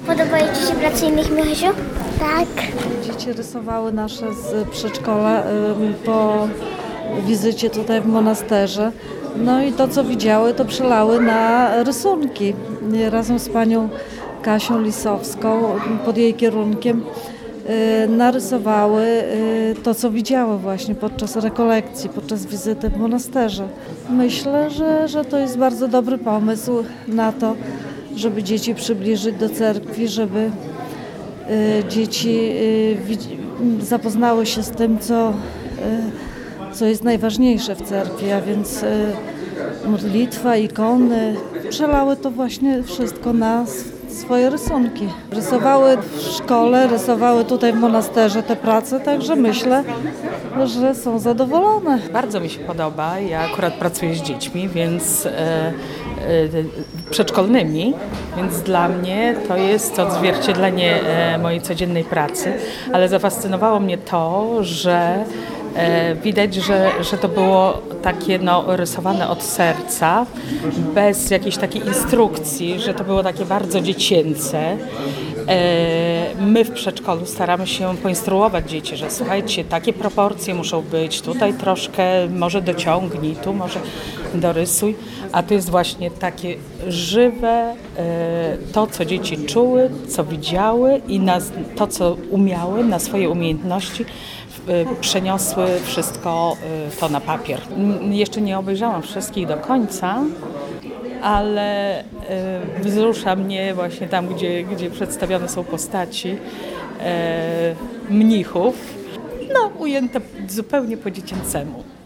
Podobają Ci się prace innych, Michasiu? Tak. Dzieci rysowały nasze z przedszkola po wizycie tutaj w monasterze. No i to, co widziały, to przelały na rysunki. Razem z panią Kasią Lisowską, pod jej kierunkiem, narysowały to, co widziały właśnie podczas rekolekcji, podczas wizyty w monasterze. Myślę, że to jest bardzo dobry pomysł na to, żeby dzieci przybliżyć do cerkwi, żeby dzieci zapoznały się z tym, co jest najważniejsze w cerkwi, a więc modlitwa, ikony. Przelały to właśnie wszystko na swoje rysunki. Rysowały w szkole, rysowały tutaj w monasterze te prace, także myślę, że są zadowolone. Bardzo mi się podoba. Ja akurat pracuję z dziećmi, więc przedszkolnymi, więc dla mnie to jest odzwierciedlenie mojej codziennej pracy, ale zafascynowało mnie to, że widać, że to było takie rysowane od serca, bez jakiejś takiej instrukcji, że to było takie bardzo dziecięce. My w przedszkolu staramy się poinstruować dzieci, że słuchajcie, takie proporcje muszą być, tutaj troszkę może dociągnij, tu może dorysuj, a to jest właśnie takie żywe, to co dzieci czuły, co widziały i to co umiały, na swoje umiejętności przeniosły wszystko to na papier. Jeszcze nie obejrzałam wszystkich do końca, ale wzrusza mnie właśnie tam, gdzie przedstawione są postaci mnichów, ujęte zupełnie po dziecięcemu.